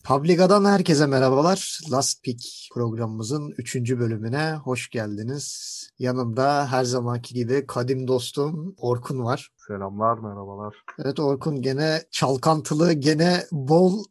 Publica'dan herkese merhabalar. Last Pick programımızın üçüncü bölümüne hoş geldiniz. Yanımda her zamanki gibi kadim dostum Orkun var. Selamlar, merhabalar. Evet Orkun, gene çalkantılı, gene bol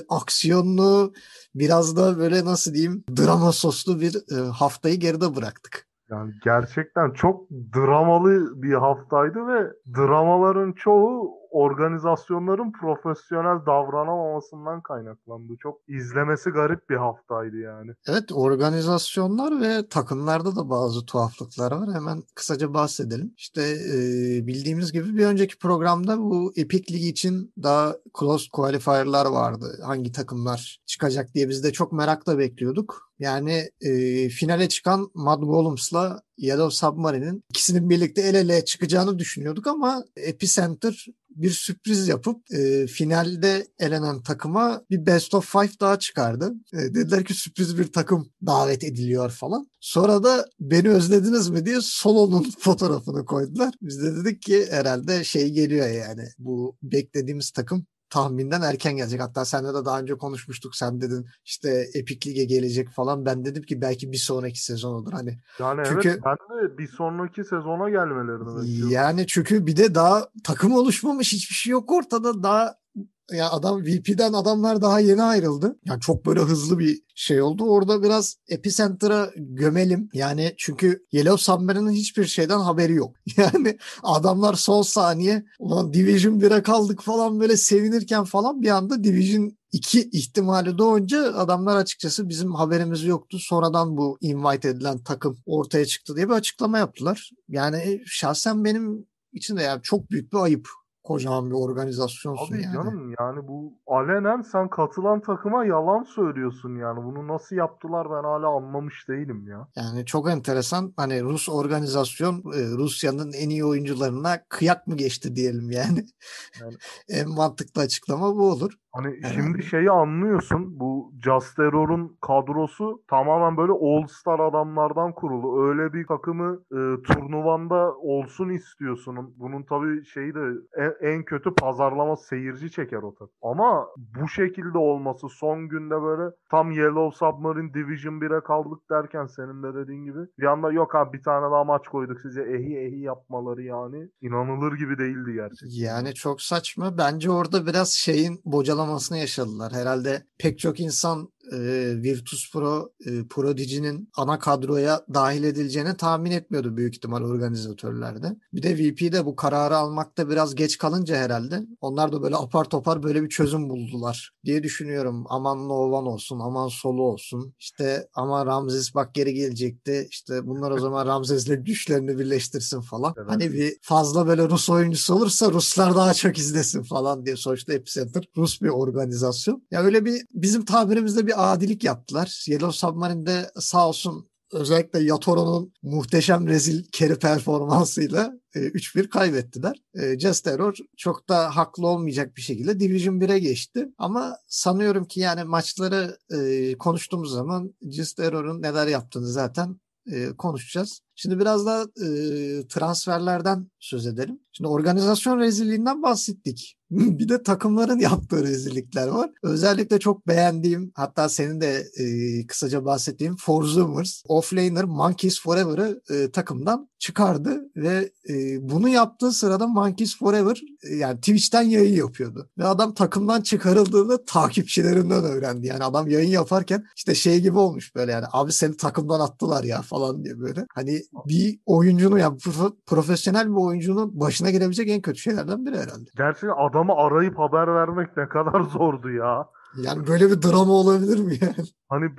aksiyonlu, biraz da böyle nasıl diyeyim, drama soslu bir haftayı geride bıraktık. Yani gerçekten çok dramalı bir haftaydı ve dramaların çoğu organizasyonların profesyonel davranamamasından kaynaklandı. Çok izlemesi garip bir haftaydı yani. Evet, organizasyonlar ve takımlarda da bazı tuhaflıklar var. Hemen kısaca bahsedelim. İşte bildiğimiz gibi bir önceki programda bu Epic Lig için daha close qualifier'lar vardı. Hangi takımlar çıkacak diye biz de çok merakla bekliyorduk. Yani finale çıkan Mad Golems'la Yellow Submarine'in ikisinin birlikte el ele çıkacağını düşünüyorduk ama Epicenter bir sürpriz yapıp finalde elenen takıma bir best of five daha çıkardı. Dediler ki sürpriz bir takım davet ediliyor falan. Sonra da beni özlediniz mi diye Solo'nun fotoğrafını koydular. Biz de dedik ki herhalde şey geliyor yani. Bu beklediğimiz takım tahminden erken gelecek. Hatta seninle de daha önce konuşmuştuk. Sen dedin işte Epic Lig'e gelecek falan. Ben dedim ki belki bir sonraki sezon olur. Hani Yani evet, çünkü ben de bir sonraki sezona gelmelerini bekliyordum. çünkü bir de daha takım oluşmamış, hiçbir şey yok ortada. Daha ya adam VP'den adamlar daha yeni ayrıldı. Yani çok böyle hızlı bir şey oldu. Orada biraz Epicenter'a gömelim. Yani çünkü Yellow Submarine'in hiçbir şeyden haberi yok. Yani adamlar son saniye ulan Division 1'e kaldık falan böyle sevinirken falan bir anda Division 2 ihtimali doğunca adamlar açıkçası bizim haberimiz yoktu. Sonradan bu invite edilen takım ortaya çıktı diye bir açıklama yaptılar. Yani şahsen benim için de yani çok büyük bir ayıp. Kocaman bir organizasyonsun Abi yani. canım, yani bu alenen sen katılan takıma yalan söylüyorsun yani. Bunu nasıl yaptılar ben hala anlamış değilim ya. Yani çok enteresan. Hani Rus organizasyon Rusya'nın en iyi oyuncularına kıyak mı geçti diyelim yani. Yani En mantıklı açıklama bu olur hani şimdi herhalde. şeyi anlıyorsun. Bu Just Terror'un kadrosu tamamen böyle All Star adamlardan kurulu. Öyle bir takımı turnuvanda olsun istiyorsun. Bunun tabii şeyi de en kötü pazarlama, seyirci çeker o takım. Ama bu şekilde olması son günde böyle tam Yellow Submarine Division 1'e kaldık derken senin de dediğin gibi bir anda yok abi bir tane daha maç koyduk size ehi ehi yapmaları yani inanılır gibi değildi gerçekten ya. Yani çok saçma. Bence orada biraz şeyin bocalamasını yaşadılar. Herhalde pek çok insan Virtus Pro, Prodigy'nin ana kadroya dahil edileceğini tahmin etmiyordu büyük ihtimal organizatörlerde. Bir de VP'de bu kararı almakta biraz geç kalınca herhalde onlar da böyle apar topar böyle bir çözüm buldular diye düşünüyorum. Aman Novan olsun, aman Solo olsun. İşte ama Ramses bak geri gelecekti. İşte bunlar o zaman Ramses'le güçlerini birleştirsin falan. Hani Seversin. bir fazla böyle Rus oyuncusu olursa Ruslar daha çok izlesin falan diye. Sonuçta Epicenter Rus bir organizasyon. Ya öyle bir bizim tabirimizde bir adilik yaptılar. Yellow Submarine'de sağ olsun özellikle Yatoro'nun muhteşem rezil carry performansıyla 3-1 kaybettiler. Just Terror çok da haklı olmayacak bir şekilde Division 1'e geçti. Ama sanıyorum ki yani maçları konuştuğumuz zaman Just Terror'un neler yaptığını zaten konuşacağız. Şimdi biraz da transferlerden söz edelim. Şimdi organizasyon rezilliğinden bahsettik. Bir de takımların yaptığı rezillikler var. Özellikle çok beğendiğim, hatta senin de kısaca bahsettiğim Forzumers, Offlaner Monkeys Forever'ı takımdan çıkardı ve bunu yaptığı sırada Monkeys Forever yani Twitch'ten yayın yapıyordu. Ve adam takımdan çıkarıldığını takipçilerinden öğrendi. Yani adam yayın yaparken işte şey gibi olmuş böyle yani abi seni takımdan attılar ya falan diye böyle. Hani bir oyuncunun yani profesyonel bir oyuncunun başına gelebilecek en kötü şeylerden biri herhalde. Gerçekten adamı arayıp haber vermek ne kadar zordu ya. Yani böyle bir drama olabilir mi yani? Hani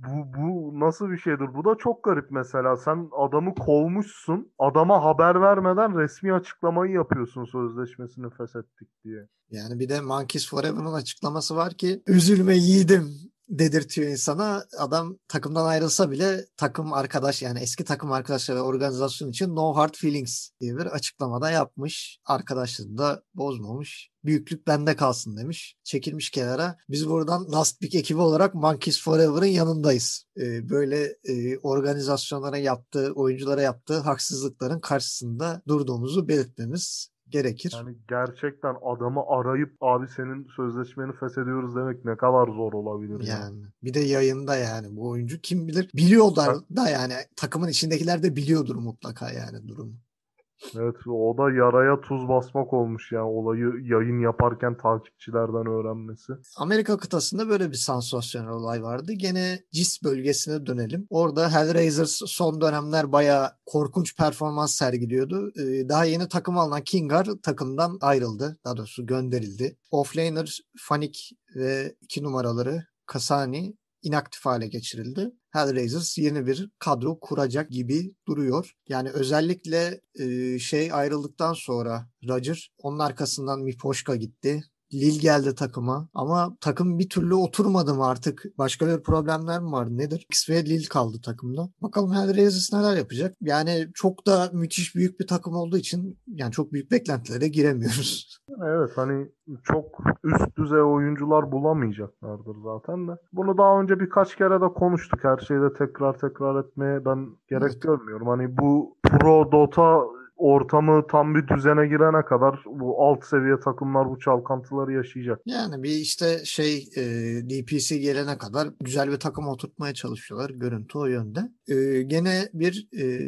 bu nasıl bir şeydir? Bu da çok garip mesela. Sen adamı kovmuşsun. Adama haber vermeden resmi açıklamayı yapıyorsun sözleşmesini feshettik diye. Yani bir de Monkeys Forever'ın açıklaması var ki üzülme yiğidim dedirtiyor insana. Adam takımdan ayrılsa bile takım arkadaş yani eski takım arkadaşları ve organizasyon için no hard feelings diye bir açıklamada yapmış. Arkadaşlığını da bozmamış. Büyüklük bende kalsın demiş. Çekilmiş kenara. Biz buradan Last Big ekibi olarak Monkeys Forever'ın yanındayız. Böyle organizasyonlara yaptığı, oyunculara yaptığı haksızlıkların karşısında durduğumuzu belirtmemiz gerekir. Yani gerçekten adamı arayıp abi senin sözleşmeni feshediyoruz demek ne kadar zor olabilir ya. Yani bir de yayında yani bu oyuncu kim bilir biliyorlar da yani takımın içindekiler de biliyordur mutlaka yani durumu. Evet, o da yaraya tuz basmak olmuş yani olayı yayın yaparken takipçilerden öğrenmesi. Amerika kıtasında böyle bir sansasyonel olay vardı. Gene CIS bölgesine dönelim. Orada Hellraisers son dönemler bayağı korkunç performans sergiliyordu. Daha yeni takım alınan Kingar takımdan ayrıldı. Daha doğrusu gönderildi. Offlaner Fanik ve 2 numaraları Kasani inaktif hale geçirildi. Hellraisers yeni bir kadro kuracak gibi duruyor. Yani özellikle ayrıldıktan sonra Roger, onun arkasından Mipoşka gitti. Lil geldi takıma ama takım bir türlü oturmadı mı artık? Başka bir problemler mi var? Nedir? X ve Lil kaldı takımda. Bakalım Hellraisers neler yapacak? Yani çok da müthiş büyük bir takım olduğu için yani çok büyük beklentilere giremiyoruz. Evet, hani çok üst düzey oyuncular bulamayacaklardır zaten de. Bunu daha önce birkaç kere de konuştuk. Her şeyde tekrar etmeye ben gerek Evet. görmüyorum. Hani bu Pro Dota ortamı tam bir düzene girene kadar bu alt seviye takımlar bu çalkantıları yaşayacak. Yani bir işte DPC gelene kadar güzel bir takım oturtmaya çalışıyorlar. Görüntü o yönde. Gene bir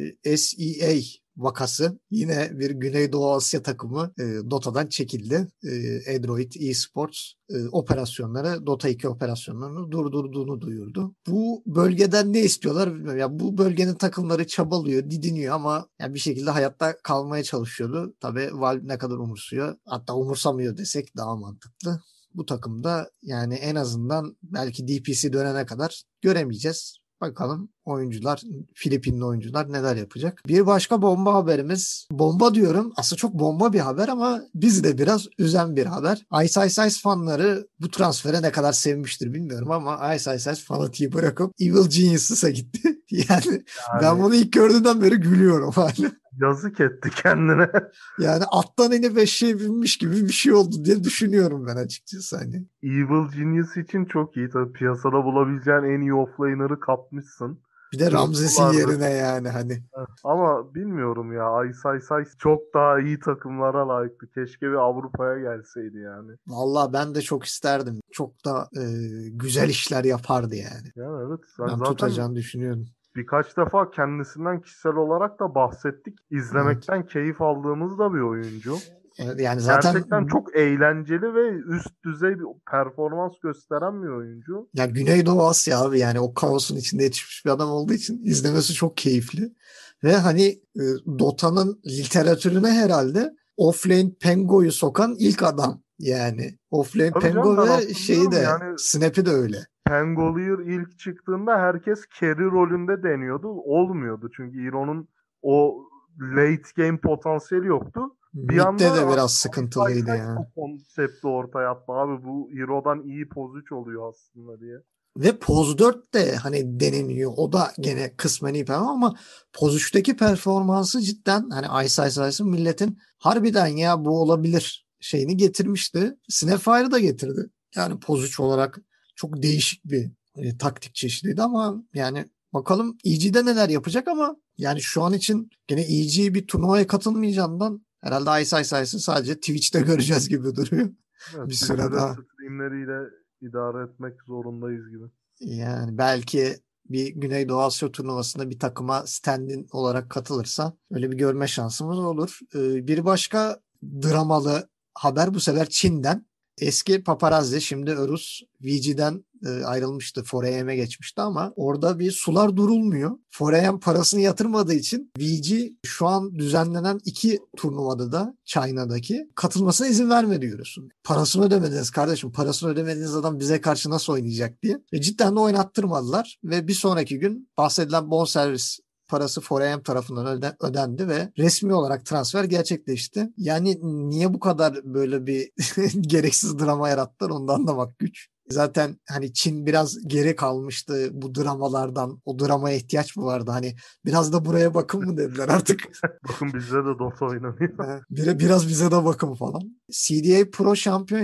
SEA vakası. Yine bir Güneydoğu Asya takımı Dota'dan çekildi. Android eSports operasyonları, Dota 2 operasyonlarını durdurduğunu duyurdu. Bu bölgeden ne istiyorlar bilmiyorum. Ya bu bölgenin takımları çabalıyor, didiniyor ama yani bir şekilde hayatta kalmaya çalışıyordu. Tabii Valve ne kadar umursuyor, hatta umursamıyor desek daha mantıklı. Bu takımda yani en azından belki DPC dönene kadar göremeyeceğiz. Bakalım oyuncular, Filipinli oyuncular neler yapacak. Bir başka bomba haberimiz. Bomba diyorum. Aslında çok bomba bir haber ama bizi de biraz üzen bir haber. Ice Ice Ice fanları bu transfere ne kadar sevmiştir bilmiyorum ama Ice Ice Ice fanatiği bırakıp Evil Genius'a gitti. Yani ben Yani bunu ilk gördüğümden beri gülüyorum hala. yazık etti kendine. Yani attan inip eşeğe binmiş gibi bir şey oldu diye düşünüyorum ben açıkçası hani. Evil Genius için çok iyi. Tabii piyasada bulabileceğin en iyi offlaner'ı kapmışsın. Bir de Ramzes'in Unuttular. yerine yani hani. Ama bilmiyorum ya. Ice çok daha iyi takımlara layıktı. Keşke bir Avrupa'ya gelseydi yani. Vallahi ben de çok isterdim. Çok da güzel işler yapardı yani. Yani evet. Ben Zaten tutacağını düşünüyorum. birkaç defa kendisinden kişisel olarak da bahsettik. Evet. İzlemekten keyif aldığımız da bir oyuncu. Evet, yani zaten Gerçekten çok eğlenceli ve üst düzey bir performans gösteren bir oyuncu. ya Güneydoğu Asya abi yani o kaosun içinde yetişmiş bir adam olduğu için izlemesi çok keyifli. Ve hani Dota'nın literatürüne herhalde Offlane Pengo'yu sokan ilk adam yani. Offlane Tabii canım, Pengo ben ve şeyi hatırlıyorum de yani Snap'i de öyle. Pangolier ilk çıktığında herkes carry rolünde deniyordu. Olmuyordu çünkü Hero'nun o late game potansiyeli yoktu. Bir Mid'de de anda biraz sıkıntılıydı Ice yani. o konsepti ortaya attı. Abi bu Hero'dan iyi poz 3 oluyor aslında diye. Ve Poz 4 de hani deneniyor. O da gene kısmen iyi ama Poz 3'teki performansı cidden hani Ice Ice Ice'ın milletin harbiden ya bu olabilir şeyini getirmişti. Snapefire'ı da getirdi. Yani Poz 3 olarak çok değişik bir taktik çeşidiydi ama yani bakalım EG'de neler yapacak ama yani şu an için gene EG bir turnuvaya katılmayacağından herhalde Ice Ice Ice'ı sadece Twitch'te göreceğiz gibi duruyor. Evet, Bir bir süre süre daha. streamleriyle idare etmek zorundayız gibi. Yani belki bir Güneydoğu Asya turnuvasında bir takıma stand-in olarak katılırsa öyle bir görme şansımız olur. Bir başka dramalı haber bu sefer Çin'den. Eski paparazzi şimdi Örus VG'den ayrılmıştı. 4AM'e geçmişti ama orada bir sular durulmuyor. 4AM parasını yatırmadığı için VG şu an düzenlenen 2 turnuvada da China'daki katılmasına izin vermedi diyorsun. Parasını ödemediniz kardeşim. Parasını ödemediğiniz adam bize karşı nasıl oynayacak diye. Ve cidden de oynattırmadılar. Ve bir sonraki gün bahsedilen bonservis parası 4AM tarafından ödendi ve resmi olarak transfer gerçekleşti. Yani niye bu kadar böyle bir gereksiz drama yarattılar onu da anlamak güç. Zaten hani Çin biraz geri kalmıştı bu dramalardan. O dramaya ihtiyaç mı vardı? Hani biraz da buraya bakın mı dediler artık. Bakın bizde de Dota oynanıyor. Biraz bize de bakın falan. CDA Pro Championship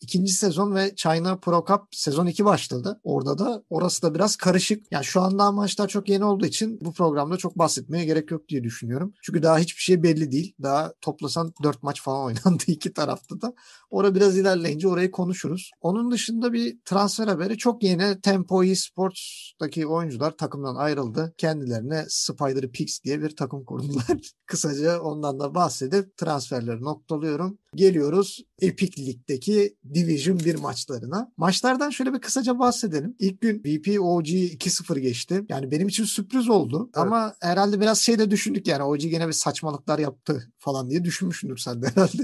ikinci sezon ve China Pro Cup sezon 2 başladı. Orada da orası da biraz karışık. Yani şu anda maçlar çok yeni olduğu için bu programda çok bahsetmeye gerek yok diye düşünüyorum. Çünkü daha hiçbir şey belli değil. Daha toplasan 4 maç falan oynandı iki tarafta da. Orada biraz ilerleyince orayı konuşuruz. Onun dışında bir transfer haberi çok yeni. Tempo eSports'taki oyuncular takımdan ayrıldı. Kendilerine Spider Pigs diye bir takım kurdular. Kısaca ondan da bahsedip transferleri noktalıyorum. Geliyoruz Epic Lig'deki Division 1 maçlarına. Maçlardan şöyle bir kısaca bahsedelim. İlk gün VP OG 2-0 geçti. Yani benim için sürpriz oldu. Evet. Ama herhalde biraz şey de düşündük yani OG gene bir saçmalıklar yaptı falan diye düşünmüşsündür sen de herhalde.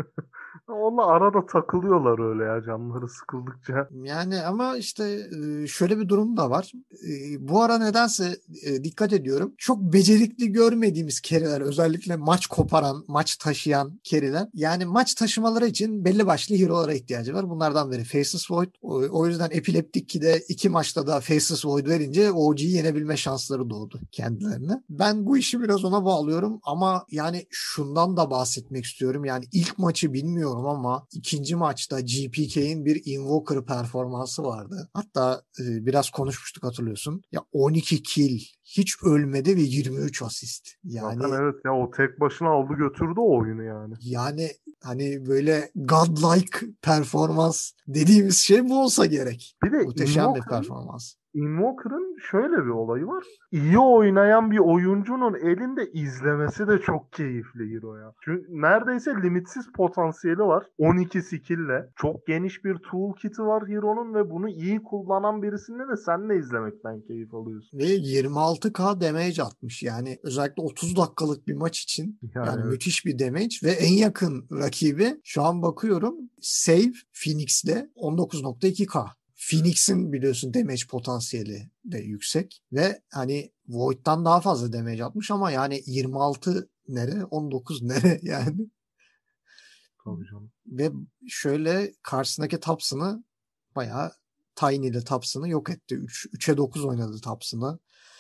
Onunla arada takılıyorlar öyle ya canları sıkıldıkça. Yani ama işte şöyle bir durum da var. Bu ara nedense dikkat ediyorum. Çok becerikli görmediğimiz carry'ler, özellikle maç koparan, maç taşıyan carry'ler. Yani maç taşımaları için belli başlı hero'lara ihtiyacı var. Bunlardan biri Faceless Void. O yüzden Epileptic 2'de 2 maçta da Faceless Void verince OG'yi yenebilme şansları doğdu kendilerine. Ben bu işi biraz ona bağlıyorum ama yani şundan da bahsetmek istiyorum. Yani ilk maçı bilmiyorum ama ikinci maçta GPK'in bir Invoker performansı vardı. Hatta biraz konuşmuştuk hatırlıyorsun. Ya 12 kill, hiç ölmedi ve 23 asist. Yani zaten evet ya, o tek başına aldı götürdü o oyunu yani. Yani hani böyle godlike performans dediğimiz şey bu olsa gerek. Bir de Muhteşem bir performans. Invoker'ın şöyle bir olayı var. İyi oynayan bir oyuncunun elinde izlemesi de çok keyifli hero ya. Çünkü neredeyse limitsiz potansiyeli var. 12 skill'le. Çok geniş bir toolkit'i var hero'nun ve bunu iyi kullanan birisinde de sen de izlemekten keyif alıyorsun. Ve 26k damage atmış. Yani özellikle 30 dakikalık bir maç için yani evet. müthiş bir damage ve en yakın rakibi şu an bakıyorum Save Phoenix'le 19.2k. Phoenix'in biliyorsun damage potansiyeli de yüksek ve hani Void'dan daha fazla damage atmış ama yani 26 nere 19 nere yani. Tabii canım. Ve şöyle karşısındaki Thompson'ı bayağı Tiny ile Thompson'ı yok etti. 3'e 9 oynadı Thompson'ı.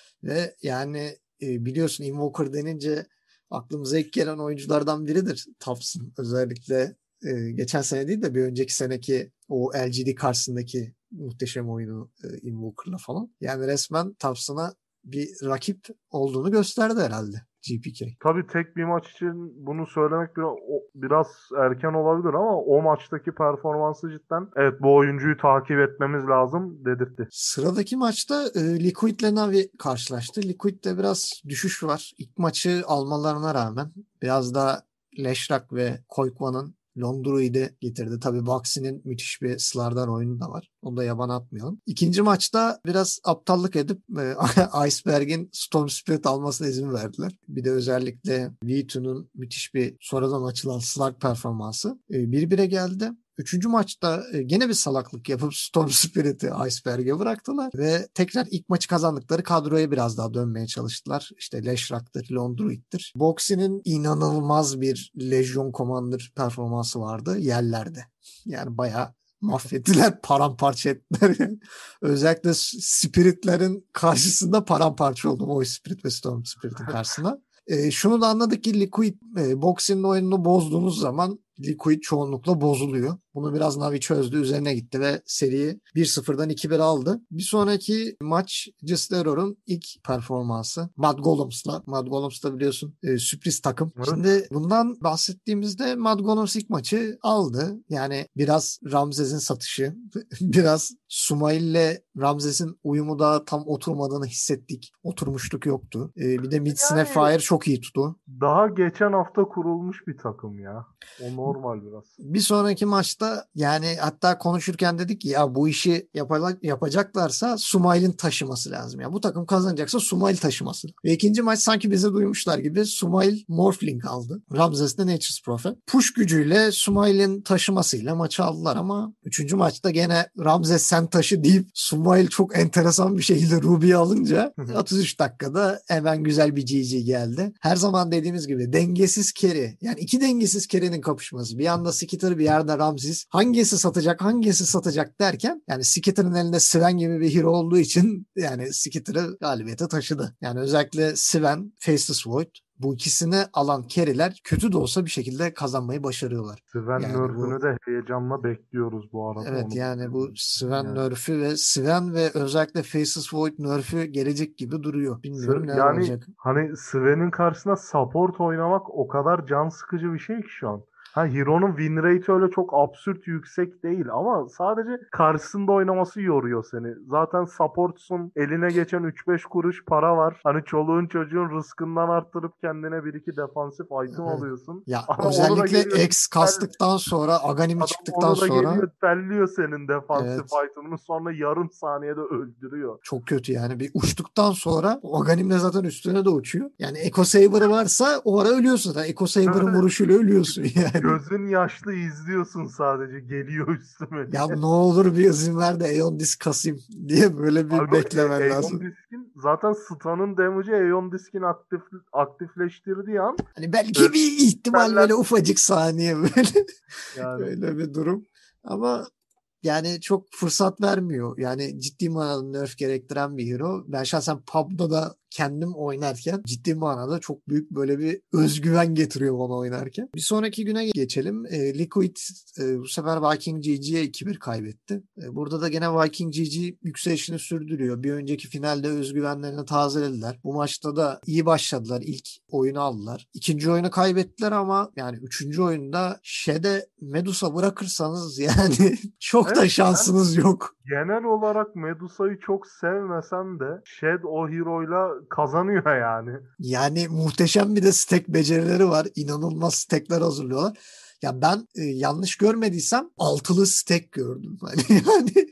Ve yani biliyorsun Invoker denince aklımıza ilk gelen oyunculardan biridir Thompson. Özellikle geçen sene değil de bir önceki seneki o LGD karşısındaki muhteşem oyunu Invoker'la falan. Yani resmen Thompson'a bir rakip olduğunu gösterdi herhalde GPK. Tabii tek bir maç için bunu söylemek biraz erken olabilir ama o maçtaki performansı cidden evet bu oyuncuyu takip etmemiz lazım dedirtti. Sıradaki maçta Liquid ile Navi karşılaştı. Liquid'de biraz düşüş var. İlk maçı almalarına rağmen biraz da Leshrac ve Koikwan'ın Londru'yu getirdi. Tabii Baxi'nin müthiş bir Slardar oyunu da var. Onu da yaban atmayalım. İkinci maçta biraz aptallık edip Iceberg'in Storm Spirit almasına izin verdiler. Bir de özellikle V2'nun müthiş bir sonradan açılan Slug performansı 1-1'e geldi. Üçüncü maçta gene bir salaklık yapıp Storm Spirit'i Iceberg'e bıraktılar ve tekrar ilk maçı kazandıkları kadroya biraz daha dönmeye çalıştılar. İşte Leshrac'tır, Londruid'dir. Boxy'nin inanılmaz bir Legion Commander performansı vardı yerlerde. Yani bayağı mahvettiler, paramparça ettiler. Özellikle Spirit'lerin karşısında paramparça oldum. O Spirit ve Storm Spirit'in karşısında. Şunu da anladık ki Liquid Boxing'in oyununu bozduğunuz zaman Liquid çoğunlukla bozuluyor. Bunu biraz Navi çözdü. Üzerine gitti ve seriyi 1-0'dan 2-1 aldı. Bir sonraki maç Just Error'un ilk performansı Mad Golems'la. Mad Golems da biliyorsun sürpriz takım. Evet. Şimdi bundan bahsettiğimizde Mad Golems ilk maçı aldı. Yani biraz Ramzes'in satışı, biraz Sumail'le Ramzes'in uyumu da tam oturmadığını hissettik. Oturmuşluk yoktu. Bir de Mid Snapfire çok iyi tuttu. Daha geçen hafta kurulmuş bir takım ya. O normal biraz. Bir sonraki maçta yani hatta konuşurken dedik ki ya bu işi yapacaklarsa Sumail'in taşıması lazım. Ya bu takım kazanacaksa Sumail taşıması. Ve ikinci maç sanki bize duymuşlar gibi Sumail Morphling aldı. Ramzes de Nature's Prophet. Push gücüyle Sumail'in taşımasıyla maçı aldılar ama üçüncü maçta gene Ramzes sen taşı deyip Sumail çok enteresan bir şekilde Ruby'yi alınca 33 dakikada hemen güzel bir GG geldi. Her zaman dediğimiz gibi dengesiz carry. Yani iki dengesiz carry'nin kapışması. Bir yanda Skitter bir yerde Ramses. Hangisi satacak derken yani Skitter'ın elinde Sven gibi bir hero olduğu için yani Skitter'ı galibiyete taşıdı. Yani özellikle Sven, Faceless Void bu ikisini alan carry'ler kötü de olsa bir şekilde kazanmayı başarıyorlar. Sven Yani bu Nerf'ünü de heyecanla bekliyoruz bu arada. evet Onu yani bu Sven yani. nerf'ü ve Sven ve özellikle Faceless Void nerf'ü gelecek gibi duruyor. Bilmiyorum neler Yani olacak. hani Sven'in karşısında support oynamak o kadar can sıkıcı bir şey ki şu an. Ha, Hero'nun win rate öyle çok absürt yüksek değil ama sadece karşısında oynaması yoruyor seni. Zaten supportsun, eline geçen 3-5 kuruş para var. Hani çoluğun çocuğun rızkından arttırıp kendine bir iki defansif item Evet. alıyorsun. Ya Ama onu da özellikle geliyor X kastıktan sonra, Aghanim'i adam çıktıktan onu da sonra geliyor telliyor senin defansif evet item'ını, sonra yarım saniyede öldürüyor. çok kötü yani. Bir uçtuktan sonra o Aghanim de zaten üstüne de uçuyor. Yani Echo Saber'ı varsa o ara ölüyorsun. Zaten Echo Saber'ın vuruşuyla ölüyorsun yani. Gözün yaşlı izliyorsun sadece, geliyor üstüme Ya diye. ne olur bir izin ver de Aeon Disc kasayım diye böyle bir Abi beklemen Aeon lazım. Disk'in zaten stun'ın damage'i Aeon Disk'in aktifleştirdiği an Hani e, belki bir ihtimal teller böyle ufacık saniye böyle yani. öyle bir durum. Ama yani çok fırsat vermiyor. Yani ciddi manada nerf gerektiren bir hero. Ben şahsen PUBG'da da kendim oynarken ciddi manada çok büyük böyle bir özgüven getiriyor bana oynarken. Bir sonraki güne geçelim. Liquid bu sefer Viking GG'ye 2-1 kaybetti. Burada da gene Viking GG yükselişini sürdürüyor. Bir önceki finalde özgüvenlerini tazelediler. Bu maçta da iyi başladılar. İlk oyunu aldılar. İkinci oyunu kaybettiler ama yani üçüncü oyunda Shed'e Medusa bırakırsanız yani çok da Evet, ben şansınız yok. genel olarak Medusa'yı çok sevmesem de Shed o hero'yla kazanıyor yani. Yani muhteşem bir de stack becerileri var. İnanılmaz stackler hazırlıyorlar. Ya ben yanlış görmediysem altılı stack gördüm. Hani yani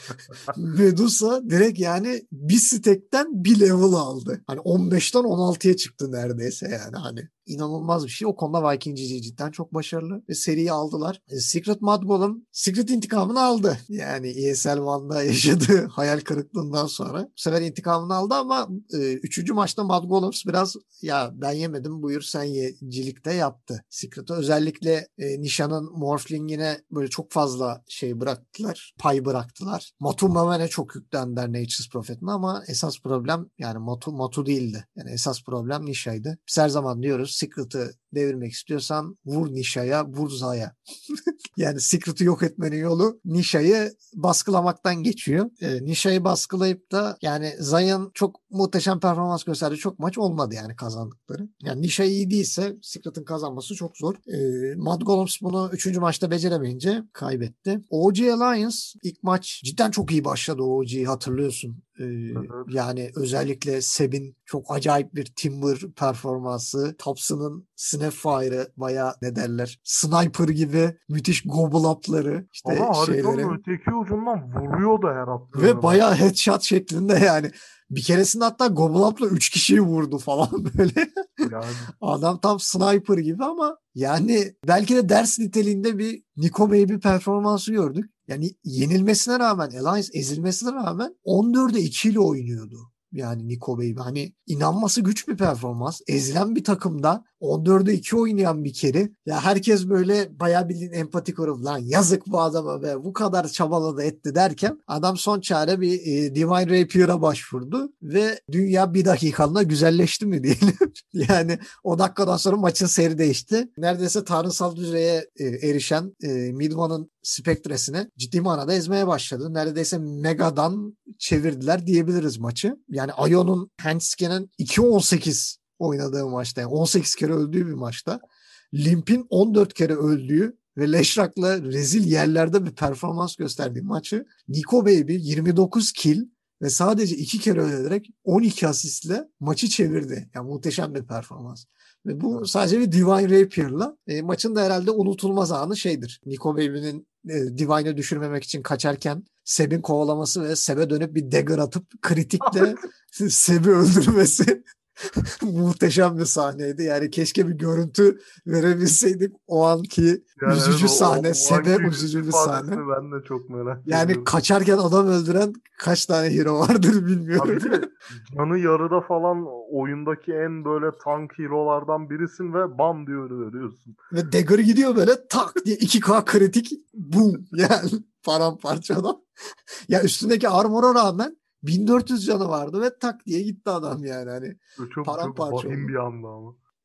Medusa direkt yani bir stack'ten bir level aldı. Hani 15'ten 16'ya çıktı neredeyse yani hani. İnanılmaz bir şey. O konuda Viking GG cidden çok başarılı ve seriyi aldılar. Secret Mud Golem Secret intikamını aldı. Yani ESL One'da yaşadığı hayal kırıklığından sonra. Bu sefer intikamını aldı ama 3. maçta Mud Golems biraz ya ben yemedim buyur sen yecilikte yaptı. Secret'a özellikle Nisha'nın Morphling'ine böyle çok fazla şey bıraktılar. Pay bıraktılar. Matu Mamen'e çok yüklendiler Nature's Prophet'ine ama esas problem yani Matu değildi. Yani esas problem Nisha'ydı. Biz her zaman diyoruz Secret'ı devirmek istiyorsan vur Nisha'ya, vur Zaya. Yani Secret'ı yok etmenin yolu Nisha'yı baskılamaktan geçiyor. Nisha'yı baskılayıp da yani Zaya'nın çok muhteşem performans gösterdiği çok maç olmadı yani kazandıkları. Yani Nisha iyi değilse Secret'ın kazanması çok zor. Mad Golems bunu 3. maçta beceremeyince kaybetti. OG Alliance ilk maç cidden çok iyi başladı OG'yi hatırlıyorsun. Evet. Yani özellikle Seb'in çok acayip bir Timber performansı. Thompson'ın Snapfire'ı bayağı ne derler sniper gibi müthiş gobble up'ları işte Ama şeyleri haritanın öteki ucundan vuruyor da her ve attığını ben. bayağı headshot şeklinde yani. Bir keresinde hatta gobble up'la 3 kişiyi vurdu falan böyle. Yani Adam tam sniper gibi ama yani belki de ders niteliğinde bir Nico Baby performansı gördük. Yani yenilmesine rağmen, Alliance ezilmesine rağmen 14'e 2 ile oynuyordu. Yani Nico Baby. Hani inanması güç bir performans. Ezilen bir takımda 14'e 2 oynayan bir keri. Ya herkes böyle bayağı bildiğin empati kurup lan yazık bu adama be bu kadar çabaladı etti derken adam son çare bir Divine Rapier'a başvurdu ve dünya bir dakikalığına güzelleşti mi diyelim. Yani o dakikadan sonra maçın seyri değişti. Neredeyse tanrısal düzeye erişen Midwan'ın Spectre'sini ciddi manada ezmeye başladı. Neredeyse Mega'dan çevirdiler diyebiliriz maçı. Yani Ion'un Handscan'ın 2-18 oynadığı maçta, yani 18 kere öldüğü bir maçta Limp'in 14 kere öldüğü ve Leshrak'la rezil yerlerde bir performans gösterdiği maçı Nico Baby 29 kill ve sadece 2 kere ölerek 12 asistle maçı çevirdi. Yani muhteşem bir performans. Ve bu sadece bir Divine Rapier'la maçın da herhalde unutulmaz anı şeydir. Nico Baby'nin Divine'ı düşürmemek için kaçarken Seb'in kovalaması ve Seb'e dönüp bir dagger atıp kritikle Seb'i öldürmesi. Muhteşem bir sahneydi. Yani keşke bir görüntü verebilseydik o anki yani evet, üzücü sahne. o Sebe anki yüz üzücü bir sahne. ifadesini ben de çok merak Yani ediyorum. kaçarken adam öldüren kaç tane hero vardır Ha bilmiyorum. bir de canı yarıda falan oyundaki en böyle tank hero'lardan birisin ve bam diye ölüyorsun. Ve dagger gidiyor böyle tak diye 2K kritik boom yani paramparça adam. Ya üstündeki armora rağmen 1400 canı vardı ve tak diye gitti adam yani hani Çok çok paramparça vahim oldu. bir anda ama.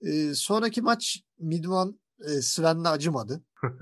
Sonraki maç Midvan Sven'le acımadı.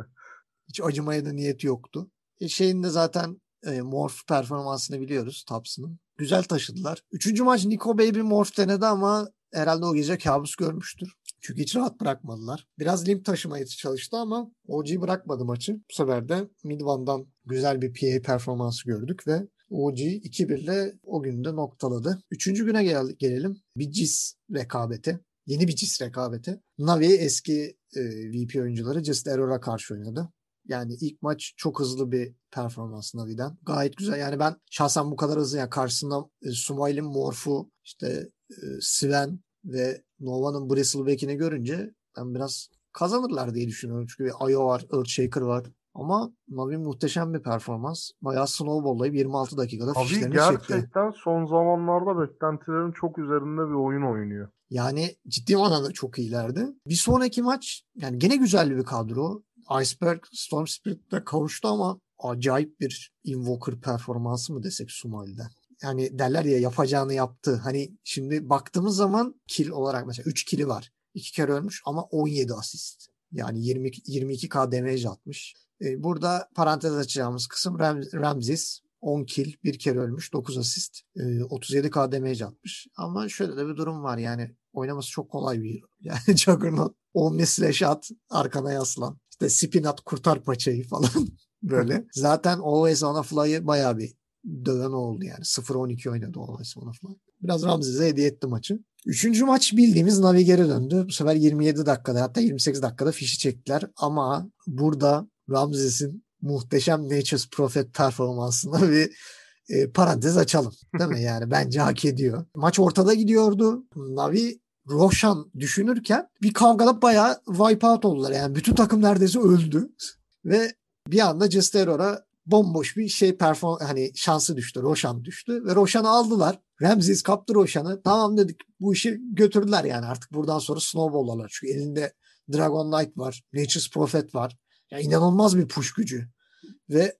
Hiç acımaya da niyeti yoktu. Şeyin de zaten Morph performansını biliyoruz Tops'ın. Güzel taşıdılar. Üçüncü maç Nico Baby Morph denedi ama herhalde o gece kabus görmüştür. Çünkü hiç rahat bırakmadılar. Biraz limp taşımaya çalıştı ama OG bırakmadı maçı. Bu sefer de Midvan'dan güzel bir PA performansı gördük ve OG 2-1 ile o günü de noktaladı. Üçüncü güne gelelim. Bir CIS rekabeti. Yeni bir CIS rekabeti. Navi eski VP oyuncuları Just Error'a karşı oynadı. Yani ilk maç çok hızlı bir performans Navi'den. Gayet güzel. Yani ben şahsen bu kadar hızlı yani karşısında Sumail'in Morph'u işte Sven ve Nova'nın Bristleback'ini görünce ben biraz kazanırlar diye düşünüyorum. Çünkü bir Ayo var, Earthshaker var. Ama Navi muhteşem bir performans. Bayağı snowball'layıp 26 dakikada Abi fişlerini çekti. gerçekten son zamanlarda beklentilerin çok üzerinde bir oyun oynuyor. Yani ciddi manada çok iyilerdi. Bir sonraki maç yani gene güzel bir kadro. Iceberg Storm Spirit'le kavuştu ama acayip bir Invoker performansı mı desek Sumail'den. Yani derler ya yapacağını yaptı. Hani şimdi baktığımız zaman kill olarak mesela 3 kill'i var. 2 kere ölmüş ama 17 asist. Yani 22k damage atmış. Burada parantez açacağımız kısım Ramses 10 kill, 1 kere ölmüş, 9 asist, 37k damage atmış. Ama şöyle de bir durum var yani oynaması çok kolay bir hero. Yani Juggernaut, Omni Slash at, arkana yaslan. İşte spin at, kurtar paçayı falan böyle. Zaten Always On A Fly'ı bayağı bir döven oldu yani. 0-12 oynadı Always On A Fly. Biraz Ramses'e hediye etti maçı. Üçüncü maç bildiğimiz Navi geri döndü. Bu sefer 27 dakikada hatta 28 dakikada fişi çektiler. Ama burada Ramses'in muhteşem Nature's Prophet performansına bir parantez açalım. Değil mi? Yani bence hak ediyor. Maç ortada gidiyordu. Navi Roshan düşünürken bir kavgada bayağı wipe out oldular. Yani bütün takım neredeyse öldü. Ve bir anda Just Error'a bomboş bir hani şansı düştü. Roshan düştü ve Roshan'ı aldılar. Ramses kaptı Roshan'ı. Tamam dedik bu işi götürdüler yani artık buradan sonra snowball'lar. Çünkü elinde Dragon Knight var. Nature's Prophet var. Yani inanılmaz bir push gücü. Ve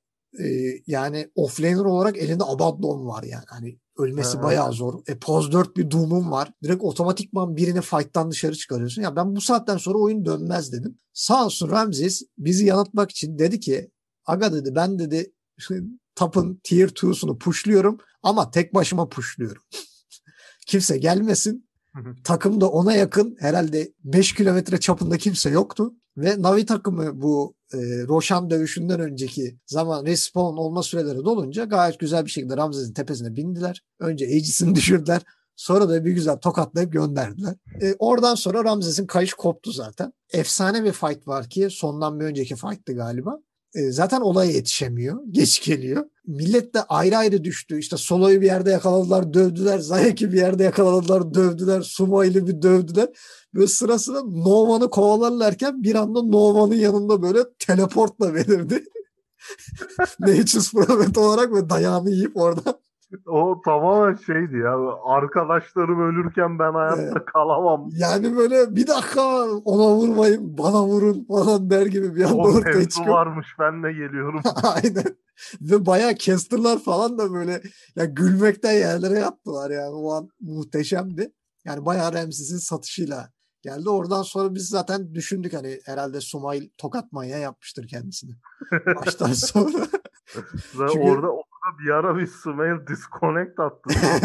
yani offlaner olarak elinde Abaddon var yani. Hani ölmesi bayağı zor. Pos 4 bir Doom'un var. Direkt otomatikman birini fight'tan dışarı çıkarıyorsun. Ya ben bu saatten sonra oyun dönmez dedim. Sağ olsun Ramses bizi yanıltmak için dedi ki aga dedi ben dedi Tap'ın tier 2'sunu pushluyorum ama tek başıma pushluyorum. Kimse gelmesin. Takımda ona yakın herhalde 5 kilometre çapında kimse yoktu. Ve Navi takımı bu Roshan dövüşünden önceki zaman respawn olma süreleri dolunca gayet güzel bir şekilde Ramses'in tepesine bindiler. Önce Aegis'ini düşürdüler. Sonra da bir güzel tokatlayıp gönderdiler. Oradan sonra Ramses'in kayış koptu zaten. Efsane bir fight var ki sondan bir önceki fight'tı galiba. Zaten olaya yetişemiyor. Geç geliyor. Millet de ayrı ayrı düştü. İşte Solo'yu bir yerde yakaladılar, dövdüler. Zayek'i bir yerde yakaladılar, dövdüler. Sumo'yu bir dövdüler. Böyle sıra sıra Nova'nı kovalarlarken bir anda Nova'nın yanında böyle teleportla belirdi. Nature's Prophet olarak ve dayağını yiyip oradan. O tamamen şeydi ya. Arkadaşlarım ölürken ben hayatta kalamam. Yani böyle bir dakika ona vurmayın bana vurun falan der gibi bir anda ortaya çıkıyor. varmış ben de geliyorum. Aynen. Ve bayağı casterlar falan da böyle ya gülmekten yerlere yattılar yani. O an muhteşemdi. Yani bayağı Ramses'in satışıyla geldi. Oradan sonra biz zaten düşündük hani herhalde Sumail tokat manyağı yapmıştır kendisini. Baştan sonra. Çünkü orada bir ara bir Sumail disconnect attı.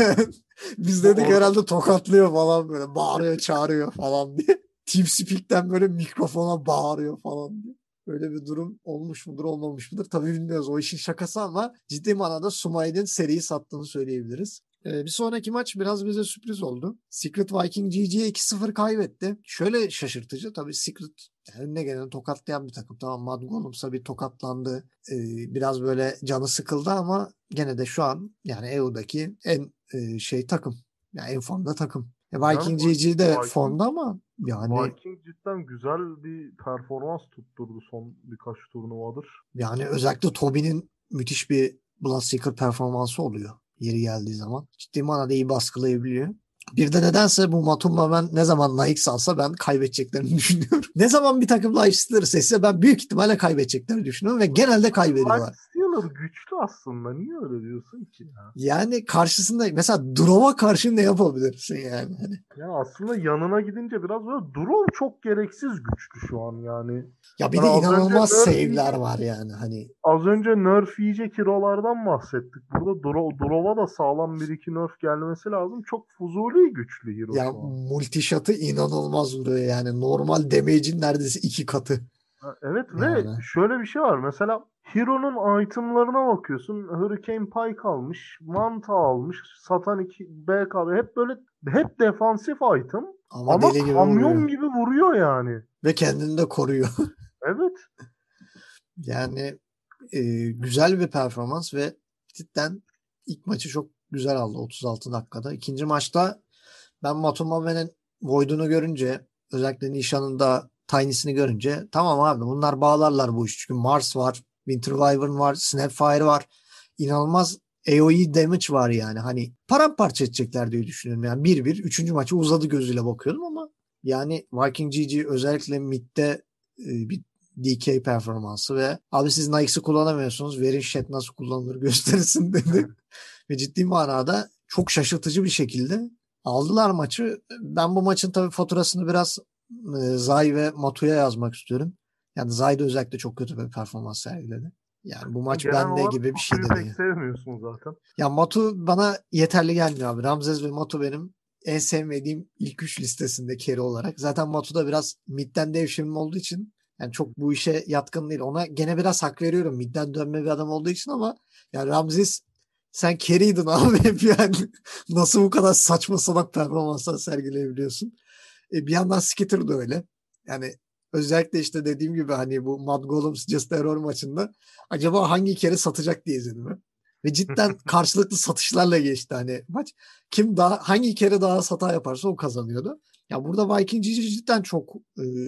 Biz dedik herhalde tokatlıyor falan böyle bağırıyor çağırıyor falan diye. TeamSpeak'ten böyle mikrofona bağırıyor falan diye. Öyle bir durum olmuş mudur olmamış mıdır? Tabii bilmiyoruz o işin şakası ama ciddi manada Sumail'in seriyi sattığını söyleyebiliriz. Bir sonraki maç biraz bize sürpriz oldu. Secret Viking GG'ye 2-0 kaybetti. Şöyle şaşırtıcı tabii Secret yani önüne geleni tokatlayan bir takım. Tamam Mad Golems'a bir tokatlandı. Biraz böyle canı sıkıldı ama gene de şu an yani EU'daki en takım. Yani en formda takım. Viking GG de formda ama yani Viking cidden güzel bir performans tutturdu son birkaç turnuvadır. Yani özellikle Toby'nin müthiş bir Bloodseeker performansı oluyor yeri geldiği zaman. Ciddi manada iyi baskılayabiliyor. Bir de nedense bu Matumba ben ne zaman Naix salsa ben kaybedeceklerini düşünüyorum. Ne zaman bir takım Naix sesi ben büyük ihtimalle kaybedeceklerini düşünüyorum ve genelde kaybediyorlar. Error güçlü aslında. Niye öyle diyorsun ki ya? Yani karşısında mesela Drov'a karşı ne yapabilirsin yani? Hani, Ya aslında yanına gidince biraz böyle Drow çok gereksiz güçlü şu an yani. ya bir Hani de inanılmaz save'ler var yani. Hani az önce nerf yiyecek hero'lardan bahsettik. Burada Drov'a da sağlam bir iki nerf gelmesi lazım. Çok fuzuli güçlü hero ya şu an. multishot'ı inanılmaz vuruyor yani. Normal damage'in neredeyse 2 katı. Ha, evet ve Yani. şöyle bir şey var. Mesela Hero'nun itemlarına bakıyorsun. Hurricane Pike almış. Manta almış. Satanik BKB. Hep böyle hep defansif item. Ama Ama deli gibi vuruyor. kamyon gibi vuruyor yani. Ve kendini de koruyor. Evet. Yani güzel bir performans ve cidden ilk maçı çok güzel aldı 36 dakikada. İkinci maçta ben Matumame'nin Void'unu görünce, özellikle Nishan'ın da Tiny'sini görünce, tamam abi bunlar bağlarlar bu işi. Çünkü Mars var, Winter Wyvern var, Snapfire var. İnanılmaz AoE damage var yani. Hani paramparça edecekler diye düşünüyorum. Yani 1-1. Üçüncü maçı uzadı gözüyle bakıyordum ama yani Viking GG özellikle midde bir DK performansı ve abi siz Nikes'ı kullanamıyorsunuz. Verin Shed nasıl kullanılır gösterirsin dedi. Ve ciddi manada çok şaşırtıcı bir şekilde aldılar maçı. Ben bu maçın tabii faturasını biraz Zay ve Matu'ya yazmak istiyorum. Yani Zay da özellikle çok kötü bir performans sergiledi. Yani bu maç Genel bende olarak gibi bir şey Matu'yu dedi. pek sevmiyorsun zaten. Ya Matu bana yeterli gelmiyor abi. Ramzes ve Matu benim en sevmediğim ilk 3 listesinde carry olarak. Zaten Matu da biraz midden devşirme olduğu için yani çok bu işe yatkın değil. Ona gene biraz hak veriyorum. Midden dönme bir adam olduğu için ama ya Ramzes sen carry'ydin abi hep yani. Nasıl bu kadar saçma salak performanslar sergileyebiliyorsun? Bir yandan Skitter da öyle. Yani özellikle işte dediğim gibi hani bu Mad Golems Just Error maçında acaba hangi kere satacak diye izledim ben. Ve cidden karşılıklı satışlarla geçti hani maç. Kim daha hangi kere daha hata yaparsa o kazanıyordu. Ya burada Viking cidden çok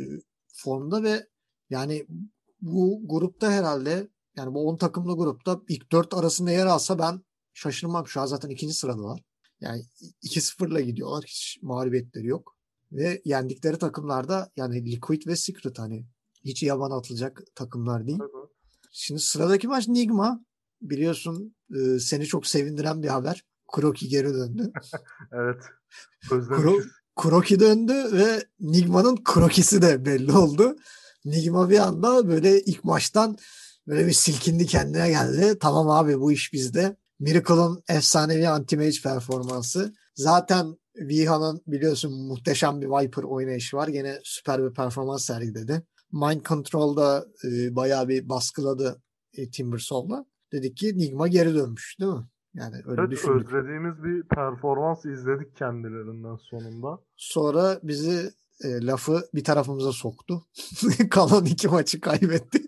formda ve yani bu grupta herhalde yani bu 10 takımlı grupta ilk 4 arasında yer alsa ben şaşırmam. Şu an zaten ikinci sıradalar. Yani 2-0'la gidiyorlar. Hiç mağlubiyetleri yok. Ve yendikleri takımlarda yani Liquid ve Secret hani hiç yaban atılacak takımlar değil. Evet. Şimdi sıradaki maç Nigma. Biliyorsun seni çok sevindiren bir haber. Kuroki geri döndü. Evet. Özlemişiz. Kuroki döndü ve Nigma'nın Kroki'si de belli oldu. Nigma bir anda böyle ilk maçtan böyle bir silkindi, kendine geldi. Tamam abi bu iş bizde. Miracle'ın efsanevi anti-mage performansı. Zaten Viha'nın biliyorsun muhteşem bir Viper oynayışı var. Gene süper bir performans sergiledi. Mind Control'da bayağı bir baskıladı Timbersault'la. Dedik ki Nigma geri dönmüş değil mi? Yani öyle Evet, düşündük. özlediğimiz bir performans izledik kendilerinden sonunda. Sonra bizi lafı bir tarafımıza soktu. Kalan 2 maçı kaybetti.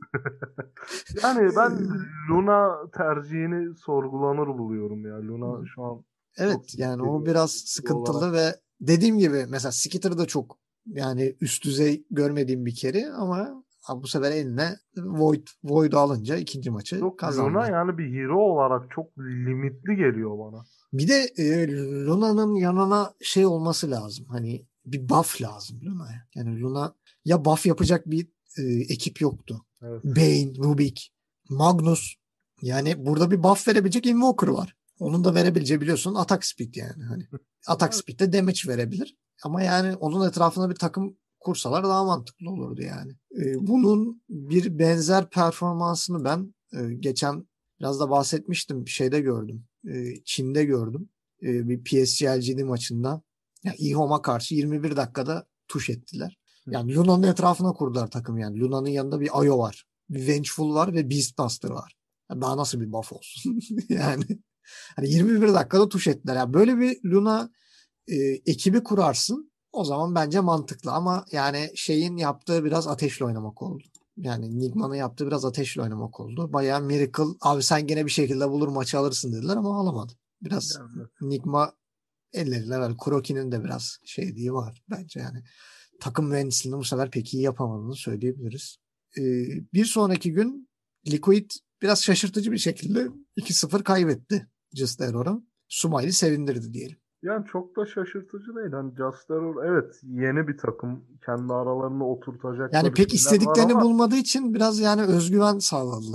Yani ben Luna tercihini sorgulanır buluyorum ya. Luna şu an çok Evet yani o geliyor biraz olarak. sıkıntılı ve dediğim gibi mesela Skitter da çok yani üst düzey görmediğim bir kere ama bu sefer eline Void'u alınca ikinci maçı Yok, Luna kazandı. yani bir hero olarak çok limitli geliyor bana. Bir de Luna'nın yanına şey olması lazım. Hani bir buff lazım Luna'ya. Yani Luna ya buff yapacak bir ekip yoktu. Evet. Bane, Rubik, Magnus. Yani burada bir buff verebilecek Invoker var. Onun da verebileceği biliyorsun attack speed yani. Hani attack Evet. speed de damage verebilir. Ama yani onun etrafına bir takım kursalar daha mantıklı olurdu yani. Bunun bir benzer performansını ben geçen biraz da bahsetmiştim. Şeyde gördüm. Çin'de gördüm. Bir PSG LGD maçında. Yani İHOM'a karşı 21 dakikada tuş ettiler. Yani Luna'nın etrafına kurdular takım yani. Luna'nın yanında bir Ayo var. Bir Vengeful var ve Beastmaster var. Yani daha nasıl bir buff olsun? Yani hani 21 dakikada tuş ettiler. Yani böyle bir Luna ekibi kurarsın. O zaman bence mantıklı ama yani şeyin yaptığı biraz ateşle oynamak oldu. Yani Nigma'nın yaptığı biraz ateşle oynamak oldu. Bayağı Miracle abi sen gene bir şekilde bulur maçı alırsın dediler ama alamadı. Biraz Yani Nigma elleriyle ver. Kuroki'nin de biraz şeyliği var bence yani. Takım mühendisliğini bu sefer pek iyi yapamadığını söyleyebiliriz. Ee, Bir sonraki gün Liquid biraz şaşırtıcı bir şekilde 2-0 kaybetti Just Error'a. Sumail'i sevindirdi diyelim. Yani çok da şaşırtıcı değil. Hani Just Error evet yeni bir takım. Kendi aralarında Yani oturtacakları pek şeyler var istediklerini ama bulmadığı için biraz yani özgüven sağladılar.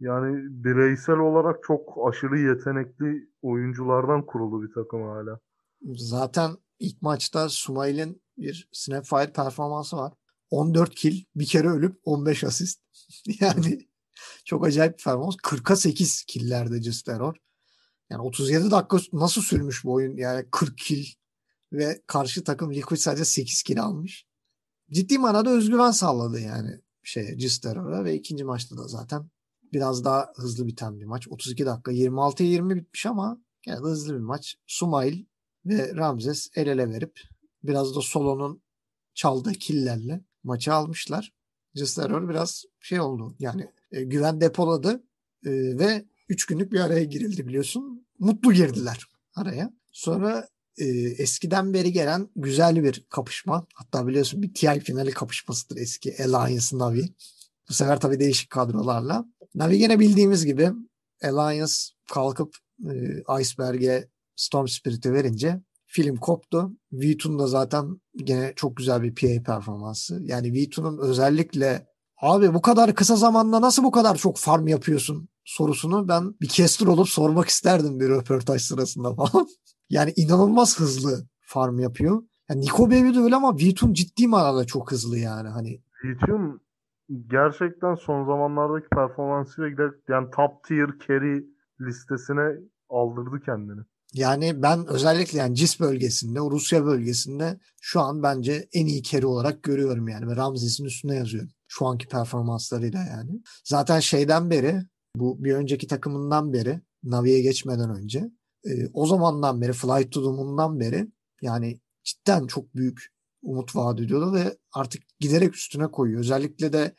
Yani bireysel olarak çok aşırı yetenekli oyunculardan kurulu bir takım hala. Zaten ilk maçta Sumail'in bir Snapfire performansı var. 14 kill, bir kere ölüp 15 asist. Yani çok acayip bir performans. 40'a 8 kill'lerde Just Terror. Yani 37 dakika nasıl sürmüş bu oyun? Yani 40 kill ve karşı takım Liquid sadece 8 kill almış. Ciddi manada özgüven sağladı yani Just Terror'a ve ikinci maçta da zaten biraz daha hızlı biten bir maç. 32 dakika 26'ya 20 bitmiş ama gene de hızlı bir maç. Sumail ve Ramses el ele verip biraz da Solo'nun çaldığı killlerle maçı almışlar. Just Terror biraz oldu yani güven depoladı ve 3 günlük bir araya girildi biliyorsun. Mutlu girdiler araya. Sonra eskiden beri gelen güzel bir kapışma. Hatta biliyorsun bir TI finali kapışmasıdır eski Alliance Navi. Bu sefer tabii değişik kadrolarla. Navi gene bildiğimiz gibi Alliance kalkıp Iceberg'e Storm Spirit'i verince film koptu. V2'nun da zaten gene çok güzel bir PA performansı. Yani V2'nun özellikle abi bu kadar kısa zamanda nasıl bu kadar çok farm yapıyorsun sorusunu ben bir caster olup sormak isterdim bir röportaj sırasında falan. Yani inanılmaz hızlı farm yapıyor. Yani Niko Baby de öyle ama V2 ciddi manada çok hızlı yani. Hani Yiğit'in gerçekten son zamanlardaki performansıyla giderek yani top tier carry listesine aldırdı kendini. yani ben özellikle yani CIS bölgesinde, o Rusya bölgesinde şu an bence en iyi carry olarak görüyorum yani. Ve Ramses'in üstüne yazıyorum. Şu anki performanslarıyla yani. Zaten şeyden beri bu bir önceki takımından beri Navi'ye geçmeden önce o zamandan beri Flight to Doom'undan beri yani cidden çok büyük umut vaat ediyordu ve artık giderek üstüne koyuyor. Özellikle de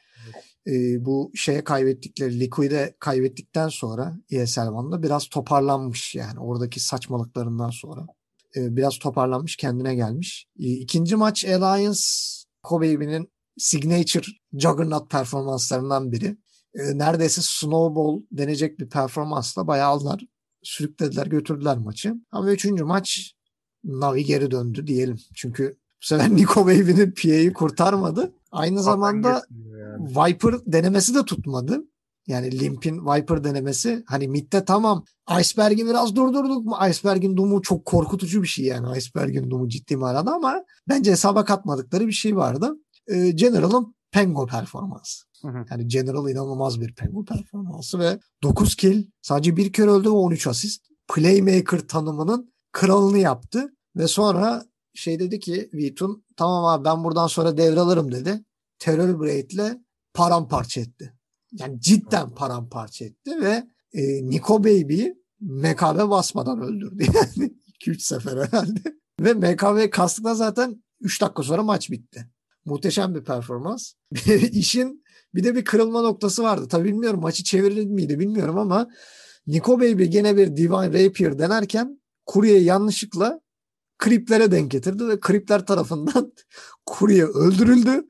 bu kaybettikleri Liquid'e kaybettikten sonra ESL One'da biraz toparlanmış yani oradaki saçmalıklarından sonra biraz toparlanmış kendine gelmiş. İkinci maç Alliance Kobe'nin signature Juggernaut performanslarından biri. Neredeyse snowball denecek bir performansla bayağı aldılar. Sürüklediler götürdüler maçı. Ama üçüncü maç Navi geri döndü diyelim. Çünkü bu sefer Nico Baby'nin PA'yı kurtarmadı. Aynı Zaten zamanda yetmiyor yani. Viper denemesi de tutmadı. Yani Limp'in Viper denemesi hani midde tamam Iceberg'i biraz durdurduk mu? Iceberg'in Doom'u çok korkutucu bir şey yani. Iceberg'in Doom'u ciddi manada ama bence hesaba katmadıkları bir şey vardı. General'ın Pengo performansı. Yani General inanılmaz bir Pengo performansı ve 9 kill sadece bir kere öldü ve 13 asist. Playmaker tanımının kralını yaptı ve sonra dedi ki Vitun tamam abi ben buradan sonra devralırım dedi. Terror Braid'le paramparça etti. Yani cidden paramparça etti ve Nico Baby'yi MKB basmadan öldürdü. Yani 2-3 sefer herhalde. Ve MKB kastıktan zaten 3 dakika sonra maç bitti. Muhteşem bir performans. İşin bir de bir kırılma noktası vardı. Tabii bilmiyorum maçı çevirir miydi bilmiyorum ama Nico Baby gene bir Divine Rapier denerken Kurye'yi yanlışlıkla Creep'lere denk getirdi ve Creep'ler tarafından Kurye öldürüldü.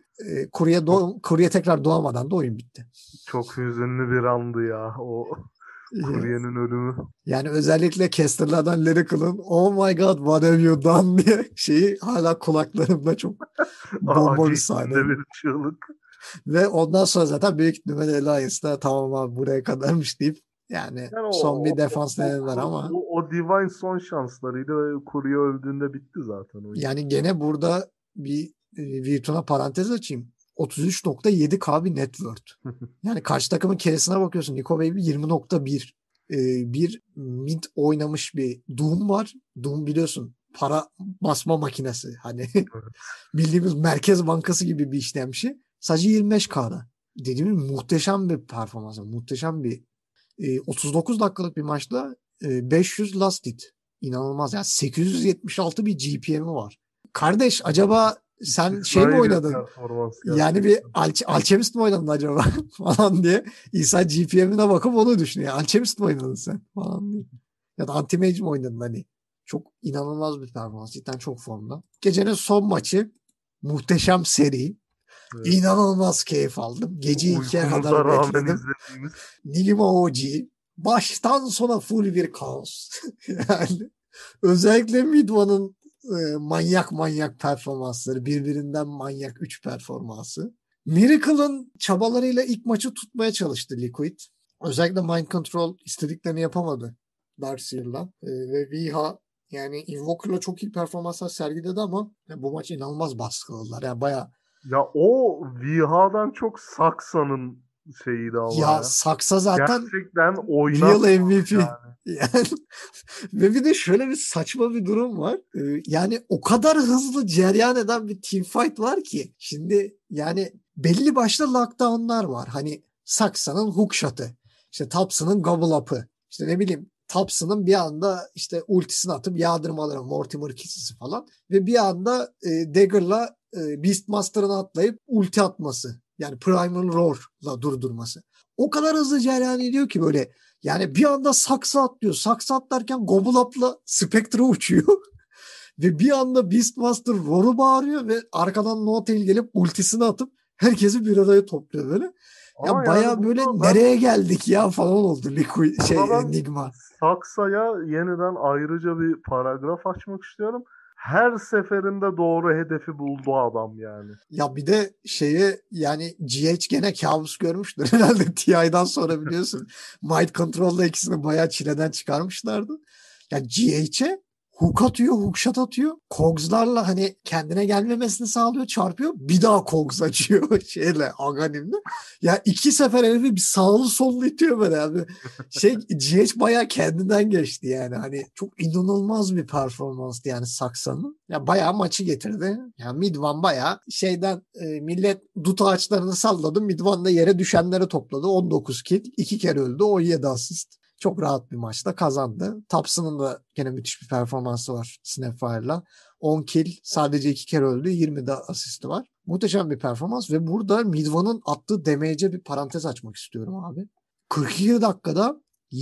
Kurye tekrar doğamadan da oyun bitti. Çok hüzünlü bir andı ya o kuryenin ölümü. Yani özellikle Caster'lardan Lyrical'ın "Oh my God what have you done" diye hala kulaklarımda çok bomba Acı bir içinde sahne. bir çığlık. Ve ondan sonra zaten büyük ihtimalle Alliance'da tamam abi buraya kadarmış deyip yani Yani son bir defans denediler ama o Divine son şanslarıydı ve kurye öldüğünde bitti zaten oyun. yani gene burada bir Virtu'na parantez açayım. 33.7K bir net worth. Yani karşı takımın keresine bakıyorsun. Nico Baby 20.1. Bir mid oynamış bir Doom var. Doom biliyorsun para basma makinesi. Hani bildiğimiz Merkez Bankası gibi bir işlemci. Sadece 25K'da. Dediğimiz muhteşem bir performans. Muhteşem bir 39 dakikalık bir maçta 500 last hit. İnanılmaz. Yani 876 bir GPM'i var. Kardeş acaba sen mi İstisnai bir oynadın? performans Yani bir gerçekten. Alchemist mi oynadın acaba falan diye. İnsan GPM'ine bakıp onu düşünüyor. Alchemist mi oynadın sen falan diye. Ya da Anti-Mage mi oynadın hani. Çok inanılmaz bir performans. Cidden çok formda. Gecenin son maçı muhteşem seri. Evet. İnanılmaz keyif aldım. Gece 2'ye Uykumuza kadar rağmen bekledim. izlediğimiz Nilima OG. Baştan sona full bir kaos. Yani özellikle Midwa'nın manyak manyak performansları. Birbirinden manyak 3 performansı. Miracle'ın çabalarıyla ilk maçı tutmaya çalıştı Liquid. Özellikle Mind Control istediklerini yapamadı Darkseer'la. Ve Viha yani Invoker'la çok iyi performanslar sergiledi ama bu maç inanılmaz baskıladılar. Yani bayağı Ya o Viha'dan çok Saksa'nın şeyiydi ama ya ya. Saksa zaten Gerçekten Real oynatmadı MVP. yani. Yani ve bir de şöyle bir saçma bir durum var. Yani o kadar hızlı cereyan eden bir teamfight var ki. Şimdi yani belli başlı lockdownlar var. Hani Saksa'nın hook shot'ı. İşte Thompson'ın gobble up'ı. İşte ne bileyim Thompson'ın bir anda işte ultisini atıp yağdırmaları, Mortimer kesisi falan. Ve bir anda Dagger'la Beastmaster'ını atlayıp ulti atması. Yani Primal Roar'la durdurması. O kadar hızlı cereyan ediyor ki böyle yani bir anda saksı atlıyor. Saksı atlarken Gobble Up'la Spectre uçuyor. Ve bir anda Beastmaster Roar'u bağırıyor ve arkadan No-Tail gelip ultisini atıp herkesi bir araya topluyor böyle. Ama Ya yani baya böyle burada ben nereye geldik ya falan oldu burada ben Enigma. Saksa'ya yeniden ayrıca bir paragraf açmak istiyorum. Her seferinde doğru hedefi buldu adam yani. Ya bir de yani GH gene kabus görmüştür herhalde TI'den sonra biliyorsun. Mind Control'la ikisini bayağı çileden çıkarmışlardı. Ya GH'e hook atıyor, hook shot atıyor. Cogs'larla hani kendine gelmemesini sağlıyor, çarpıyor. Bir daha Cogs açıyor Aghanim'le. Ya iki sefer herifi bir sağlı sollu itiyor böyle abi. GH bayağı kendinden geçti yani. Hani çok inanılmaz bir performanstı yani Saksa'nın. Ya bayağı maçı getirdi. Ya Midvan bayağı millet dut ağaçlarını salladı. Midvan da yere düşenleri topladı. 19 kill, 2 kere öldü, 17 asist. Çok rahat bir maçta kazandı. Thompson'ın da gene müthiş bir performansı var Snapfire'la. 10 kill, sadece 2 kere öldü, 20 de asisti var. Muhteşem bir performans ve burada Midvan'ın attığı damage'e bir parantez açmak istiyorum abi. 42 dakikada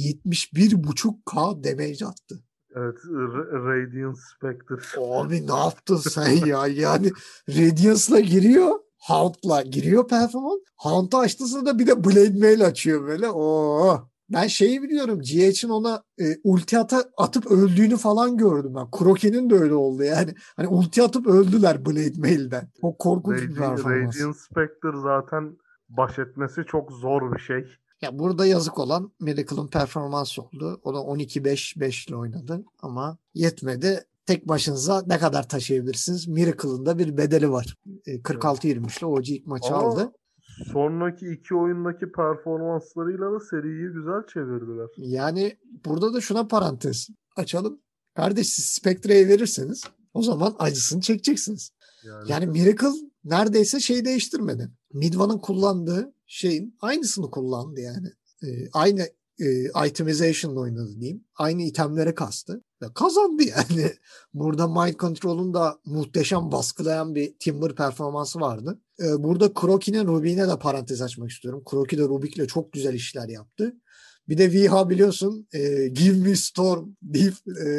71,5k damage attı. Evet, Radiant Spectre. Abi ne yaptın sen ya? Yani Radiance'la giriyor. Hound'la giriyor performans. Hound'u açtığı sırada bir de Blade Mail açıyor böyle. Oo. Ben şeyi biliyorum. GH'in ona ulti atıp öldüğünü falan gördüm ben. Kuroki'nin de öyle oldu yani. Hani ulti atıp öldüler Blade Mail'den. Çok korkunç bir performans. Radiant Spectre zaten baş etmesi çok zor bir şey. Ya burada yazık olan Miracle'ın performansı oldu. O da 12-5-5 ile oynadı ama yetmedi. Tek başınıza ne kadar taşıyabilirsiniz? Miracle'ın da bir bedeli var. Evet. 46-23 ile OG ilk maçı Ama aldı. sonraki iki oyundaki performanslarıyla da seriyi güzel çevirdiler. Yani burada da şuna parantez açalım. Kardeş siz Spectre'ye verirseniz o zaman acısını çekeceksiniz. Yani Yani Miracle neredeyse değiştirmedi. Midvan'ın kullandığı şeyin aynısını kullandı yani. Aynı itemization'la oynadı diyeyim. Aynı itemleri kastı. Ve kazandı yani. Burada Mind Control'un da muhteşem baskılayan bir Timber performansı vardı. Burada Kroki'nin Rubik'ine de parantez açmak istiyorum. Kroki de Rubik'le çok güzel işler yaptı. Bir de Viha biliyorsun Give Me Storm deyip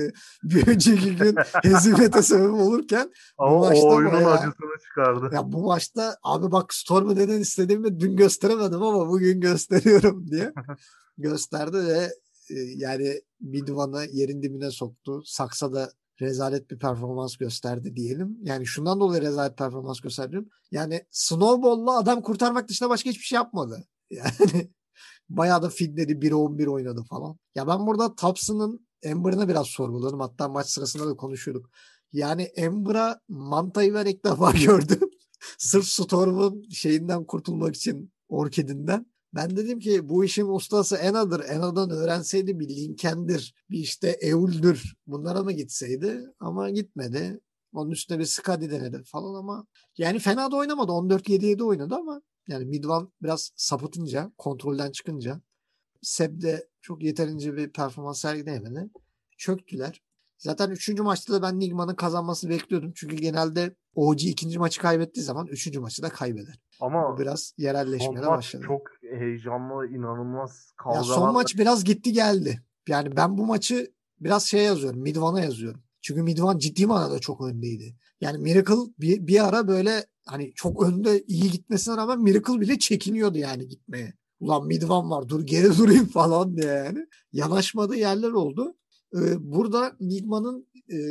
bir önceki gün hezimete sebep olurken bu ama o maçta oyunun bayağı acısını çıkardı. ya bu maçta abi bak Storm'u neden istediğimi dün gösteremedim ama bugün gösteriyorum diye gösterdi ve yani Midvan'ı yerin dibine soktu. Saksa da rezalet bir performans gösterdi diyelim. Yani şundan dolayı rezalet performans gösterdim. Yani Snowball'la adam kurtarmak dışında başka hiçbir şey yapmadı. Yani bayağı da feedledi 1'e 11 oynadı falan. Ya ben burada Thompson'ın Ember'ını biraz sorguladım. Hatta maç sırasında da konuşuyorduk. Yani Ember'a mantayı ben ilk defa gördüm. Sırf Storm'un şeyinden kurtulmak için Orchid'inden. Ben dedim ki bu işin ustası Ena'dır. Ena'dan öğrenseydi bir Linken'dir, bir işte Eul'dür. Bunlara mı gitseydi? Ama gitmedi. Onun üstüne bir Skadi denedi falan ama yani fena da oynamadı. 14-7-7 oynadı ama yani Midvan biraz sapıtınca, kontrolden çıkınca Seb de çok yeterince bir performans sergileyemedi. Çöktüler. Zaten 3. maçta da ben Nigma'nın kazanmasını bekliyordum. Çünkü genelde OG ikinci maçı kaybettiği zaman 3. maçı da kaybeder. Bu Ama biraz son yerelleşmeye de maç başladı. çok heyecanlı, inanılmaz Ya son kavgalarla. maç biraz gitti geldi. Yani ben bu maçı biraz yazıyorum. Midvan'a yazıyorum. Çünkü Midvan ciddi manada çok öndeydi. Yani Miracle bir ara böyle hani çok önde iyi gitmesine rağmen Miracle bile çekiniyordu yani gitmeye. Ulan Midvan var dur geri durayım falan diye yani. Yanaşmadığı yerler oldu. Burada Nigma'nın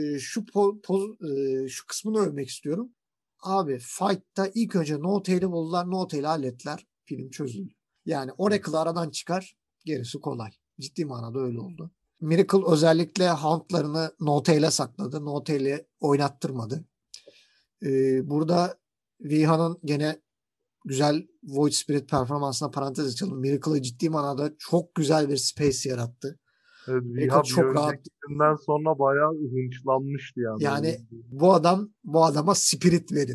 şu kısmını övmek istiyorum. Abi fight'ta ilk önce No Tail'i buldular. No Tail'i hallettiler. Film çözüldü. Yani Oracle'ı aradan çıkar. Gerisi kolay. Ciddi manada öyle oldu. Miracle özellikle Hound'larını No-Tail'e sakladı. No-Tail'i oynattırmadı. Burada Viha'nın gene güzel Void Spirit performansına parantez açalım. Miracle'ı ciddi manada çok güzel bir space yarattı. Evet, Miracle Viha bir çok rahat. önceki günden sonra bayağı hınçlanmıştı yani. Yani bu adama Spirit verin.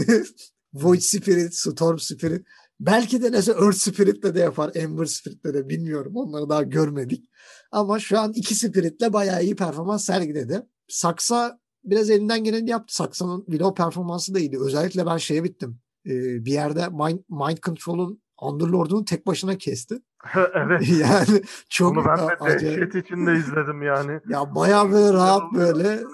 Void Spirit, Storm Spirit. Belki de neyse Earth Spirit'le de yapar. Ember Spirit'le de bilmiyorum. Onları daha görmedik. Ama şu an iki Spirit'le bayağı iyi performans sergiledi. Saksa biraz elinden geleni yaptı. Saksa'nın Willow performansı da iyiydi. Özellikle ben şeye bittim. Bir yerde Mind Control'un Underlord'unu tek başına kesti. Evet. Yani çok Onu ben de acayip. dehşet içinde izledim yani. Ya bayağı böyle rahat böyle.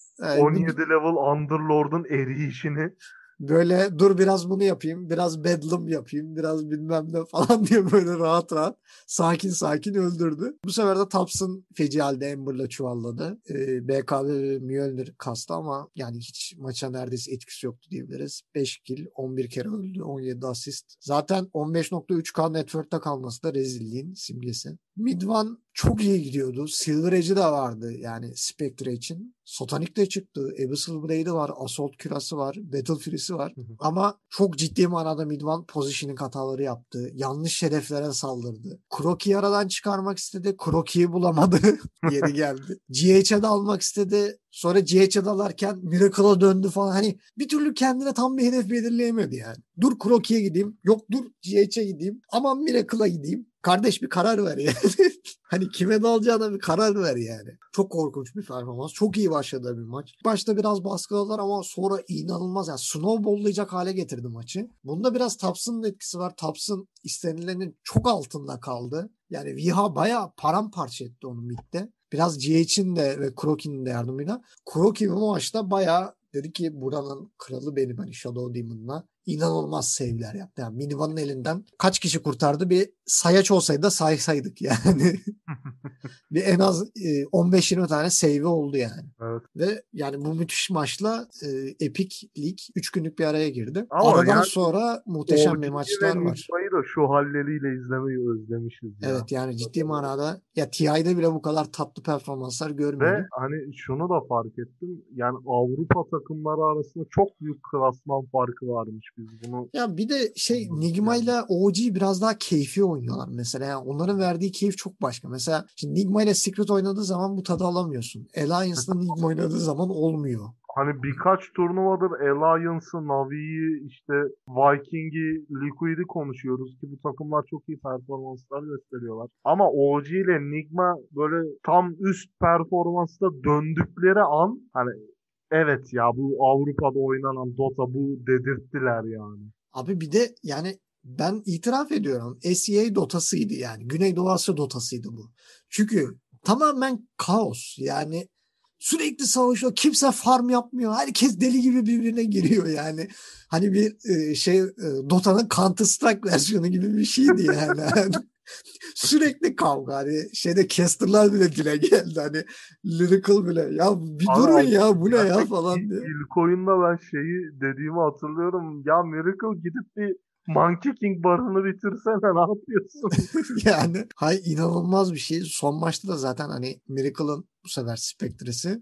17 level Underlord'un eriyişini. Böyle dur biraz bunu yapayım, biraz bedlam yapayım, biraz bilmem ne falan diye böyle rahat rahat sakin sakin öldürdü. Bu sefer de Thompson feci halde Ember'la çuvalladı. BKB ve Mjolnir kastı ama yani hiç maça neredeyse etkisi yoktu diyebiliriz. 5 kill, 11 kere öldü, 17 asist. Zaten 15.3K network'te kalması da rezilliğin simgesi. Midvan çok iyi gidiyordu. Silver Edge'i de vardı yani Spectre için. Sotanic de çıktı. Abyssal Blade'i var. Assault Kürası var. Battle Fury'si var. Ama çok ciddi manada Midvan positioning hataları yaptı. Yanlış hedeflere saldırdı. Kroki'yi aradan çıkarmak istedi. Kroki'yi bulamadı. Yeri geldi. GH'e de almak istedi. Sonra GH'e dalarken Miracle'a döndü falan. Hani bir türlü kendine tam bir hedef belirleyemedi yani. Dur Kroki'ye gideyim. Yok dur GH'e gideyim. Aman Miracle'a gideyim. Kardeş bir karar ver yani. Hani kime dalacağına bir karar ver yani. Çok korkunç bir performans. Çok iyi başladı bir maç. Başta biraz baskıladılar ama sonra inanılmaz yani snowball'layacak hale getirdi maçı. Bunda biraz Thompson'ın etkisi var. Thompson istenilenin çok altında kaldı. Yani Viha bayağı paramparça etti onu midde. Biraz GH'in de ve Kroki'nin de yardımıyla. Kroki bu maçta bayağı dedi ki buranın kralı benim hani Shadow Demon'la. İnanılmaz save'ler yaptı. Yani Minivan'ın elinden kaç kişi kurtardı? Bir sayaç olsaydı da saysaydık yani. Bir en az 15-20 tane save'i oldu yani. Evet. Ve yani bu müthiş maçla Epic Lig 3 günlük bir araya girdi. Ama Aradan yani sonra muhteşem bir OG'yi maçlar ve var. Nigma'yı da şu halleriyle izlemeyi özlemişiz ya. Evet yani ciddi manada ya TI'de bile bu kadar tatlı performanslar Ve görmüyorduk. hani şunu da fark ettim. Yani Avrupa takımları arasında çok büyük klasman farkı varmış. Biz bunu Ya bir de Nigma yani. ile OG biraz daha keyfi oynuyorlar mesela. Yani onların verdiği keyif çok başka. Mesela şimdi Nigma ile Secret oynadığı zaman bu tadı alamıyorsun. Alliance'la Nigma oynadığı zaman olmuyor. Hani birkaç turnuvadır Alliance'ı, Navi'yi, işte Viking'i, Liquid'i konuşuyoruz ki bu takımlar çok iyi performanslar gösteriyorlar. Ama OG ile Nigma böyle tam üst performansta döndükleri an hani evet ya bu Avrupa'da oynanan Dota bu dedirttiler yani. Abi bir de yani ben itiraf ediyorum. SEA dotasıydı yani. Güneydoğu Asya dotasıydı bu. Çünkü tamamen kaos. Yani sürekli savaşıyor. Kimse farm yapmıyor. Herkes deli gibi birbirine giriyor yani. Hani bir Dota'nın Counter Strike versiyonu gibi bir şeydi yani. Sürekli kavga. Hani casterlar bile dile geldi. Hani Lyrical bile. Ya bir Abi durun ya bu ne ya gerçek falan diye. ilk oyunda ben şeyi dediğimi hatırlıyorum. Ya Miracle gidip bir Monkey King barını bitirsene ne yapıyorsun? Yani inanılmaz bir şey. Son maçta da zaten hani Miracle'ın bu sefer Spectre'si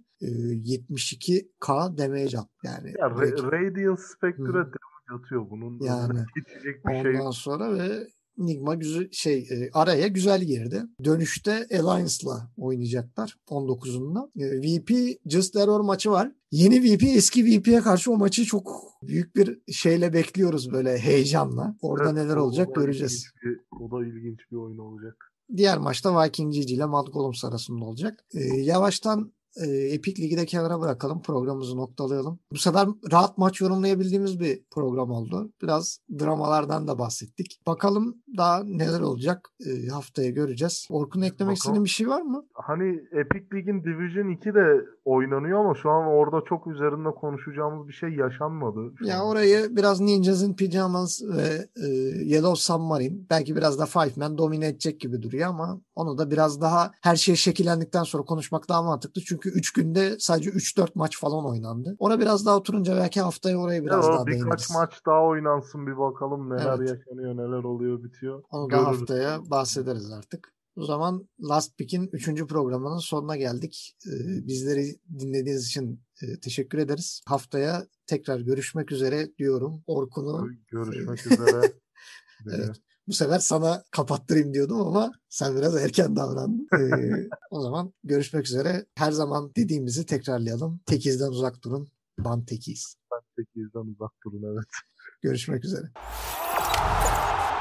72k damage attı. Yani Ya direkt. Radiant Hı Spectre'e hı. damage atıyor. Bunun önüne Yani geçecek bir şey ondan yok. sonra ve Nigma güzel araya güzel girdi. Dönüşte Alliance'la oynayacaklar 19'unda. VP Just Error maçı var. Yeni VP eski VP'ye karşı o maçı çok büyük bir şeyle bekliyoruz böyle heyecanla. Orada Evet, neler o olacak da ilginç göreceğiz. bir oyun olacak. Diğer maçta Viking GG ile Mad Golems arasında olacak. Yavaştan Epic Ligi de kenara bırakalım. Programımızı noktalayalım. Bu sefer rahat maç yorumlayabildiğimiz bir program oldu. Biraz dramalardan da bahsettik. Bakalım daha neler olacak haftaya göreceğiz. Orkun eklemek Bakalım. istediğin bir şey var mı? Hani Epic Lig'in Division 2 de oynanıyor ama şu an orada çok üzerinde konuşacağımız bir şey yaşanmadı şu Ya an. orayı biraz Ninjas in Pyjamas ve Yellow Submarine belki biraz da Five Man domine edecek gibi duruyor ama onu da biraz daha her şey şekillendikten sonra konuşmak daha mantıklı. Çünkü 3 günde sadece 3-4 maç falan oynandı. Ona biraz daha oturunca belki haftaya oraya Evet, biraz o daha birkaç değiniriz. maç daha oynansın bir bakalım neler Evet. yaşanıyor, neler oluyor, bitiyor. Onu da Görürüz. haftaya bahsederiz artık. O zaman Last Pick'in 3. programının sonuna geldik. Bizleri dinlediğiniz için teşekkür ederiz. Haftaya tekrar görüşmek üzere diyorum. Orkun'u görüşmek üzere. Evet. Bu sefer sana kapattırayım diyordum ama sen biraz erken davrandın. O zaman görüşmek üzere. Her zaman dediğimizi tekrarlayalım. Tekizden uzak durun. Ban tekiz. Ben tekizden uzak durun, evet. Görüşmek üzere.